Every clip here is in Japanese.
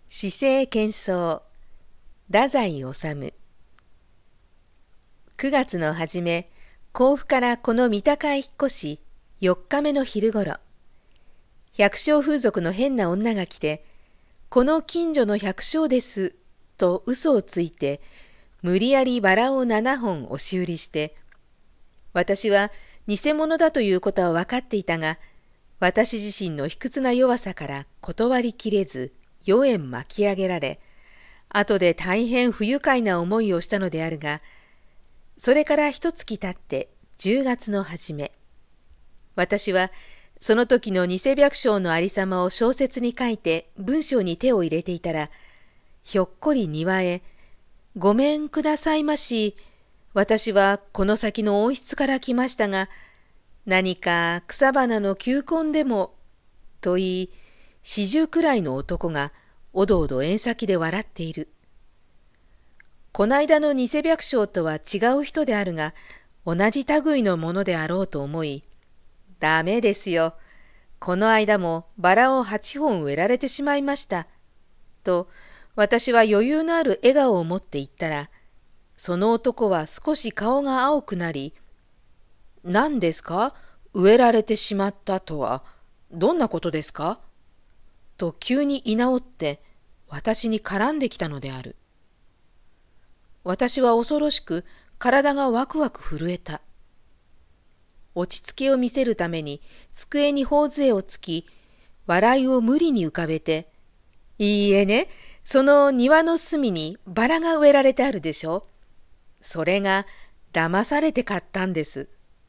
詩聖喧騒、太宰治。9月の初め、甲府からこの三鷹へ引っ越し、4日目の昼ごろ、百姓風俗の変な女が来て、この近所の百姓です、と嘘をついて、無理やりバラを7本押し売りして、私は偽物だということは分かっていたが、私自身の卑屈な弱さから断りきれず、4円巻き上げられ、後で大変不愉快な思いをしたのであるが、それから一月経って10月の初め、私はその時の偽百姓のありさまを小説に書いて文章に手を入れていたら、ひょっこり庭へ、ごめんくださいまし、私はこの先の温室から来ましたが、何か草花の球根でも、と言い、40くらいの男がおどおど縁先で笑っている。こないだの偽百姓とは違う人であるが、同じ類のものであろうと思い、ダメですよ。この間もバラを8本植えられてしまいました。と、私は余裕のある笑顔を持って言ったら、その男は少し顔が青くなり、何ですか？植えられてしまったとは、どんなことですか？と急に居直って私に絡んできたのである。私は恐ろしく体がワクワク震えた。落ち着きを見せるために机に頬杖をつき、笑いを無理に浮かべて、いいえね、その庭の隅にバラが植えられてあるでしょ。それが騙されて買ったんです。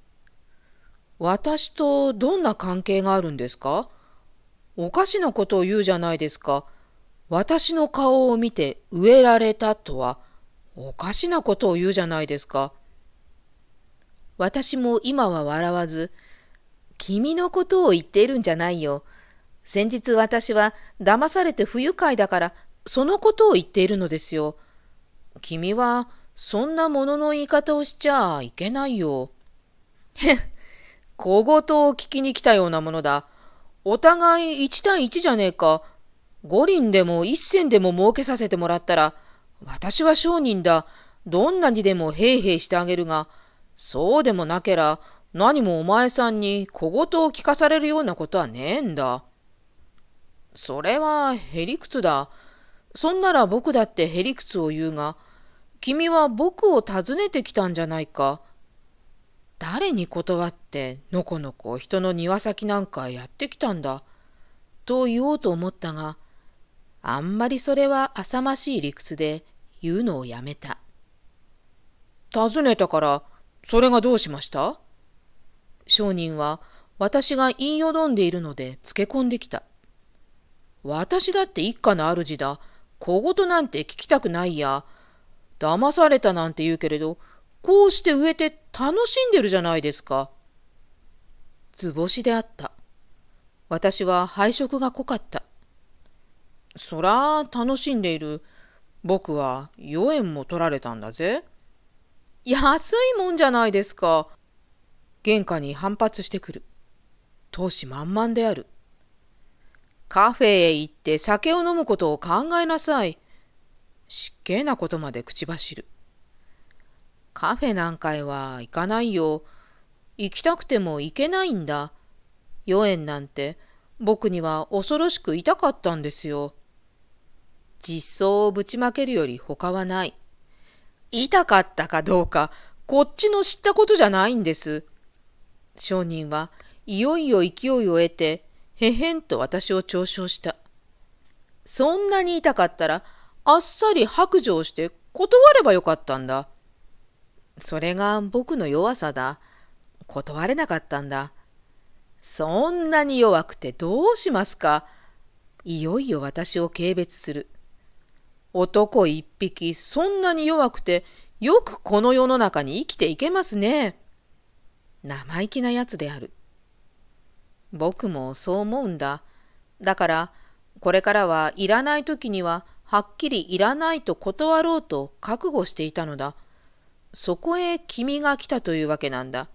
私とどんな関係があるんですか？おかしなことを言うじゃないですか。私の顔を見て植えられたとは、おかしなことを言うじゃないですか。私も今は笑わず、君のことを言っているんじゃないよ。先日私は騙されて不愉快だから、そのことを言っているのですよ。君はそんなものの言い方をしちゃいけないよ。へっ、小言を聞きに来たようなものだ。お互い1対1じゃねえか。5厘でも1銭でも儲けさせてもらったら、私は商人だ。どんなにでもへいへいしてあげるが、そうでもなけら、何もお前さんに小言を聞かされるようなことはねえんだ。それはへりくつだ。そんなら僕だってへりくつを言うが、君は僕を訪ねてきたんじゃないか。誰に断ってのこのこ人の庭先なんかやってきたんだ。と言おうと思ったが、あんまりそれは浅ましい理屈で言うのをやめた。尋ねたから、それがどうしました？商人は私が言いよどんでいるのでつけ込んできた。私だって一家の主だ。小言なんて聞きたくないや。騙されたなんて言うけれど、こうして植えて楽しんでるじゃないですか。図星であった。私は配色が濃かった。そら楽しんでいる。僕は4円も取られたんだぜ。安いもんじゃないですか。原価に反発してくる。闘志満々である。カフェへ行って酒を飲むことを考えなさい。失敬なことまで口走る。カフェなんかへは行かないよ。行きたくても行けないんだ。4円なんて僕には恐ろしく痛かったんですよ。実相をぶちまけるより他はない。痛かったかどうか、こっちの知ったことじゃないんです。商人はいよいよ勢いを得て、へへんと私を嘲笑した。そんなに痛かったら、あっさり白状して断ればよかったんだ。それが僕の弱さだ。断れなかったんだ。そんなに弱くてどうしますか。いよいよ私を軽蔑する。男一匹そんなに弱くてよくこの世の中に生きていけますね。生意気なやつである。僕もそう思うんだ。だからこれからはいらない時にははっきりいらないと断ろうと覚悟していたのだ。そこへ君が来たというわけなんだ。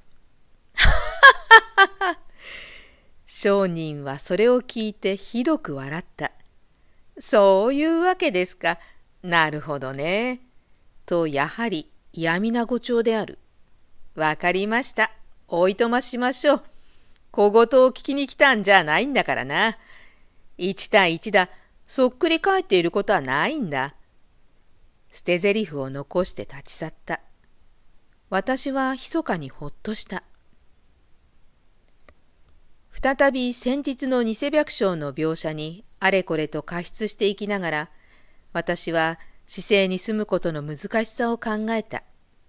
商人はそれを聞いてひどく笑った。 そういうわけですか。なるほどね。と、やはり嫌味な語調である。わかりました。おいとましましょう。小言を聞きに来たんじゃないんだからな。一対一だ。そっくり返っていることはないんだ。捨て台詞を残して立ち去った。私は密かにほっとした。再び先日の偽百姓の描写にあれこれと加筆していきながら、私は市井に住むことの難しさを考えた。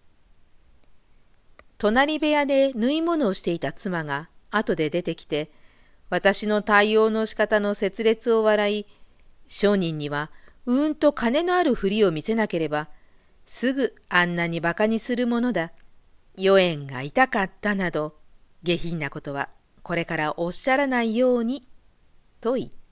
隣部屋で縫い物をしていた妻が後で出てきて、私の対応の仕方の拙劣を笑い、商人にはと金のあるふりを見せなければ、すぐあんなにバカにするものだ。予縁が痛かったなど、下品なことはこれからおっしゃらないように、と言った。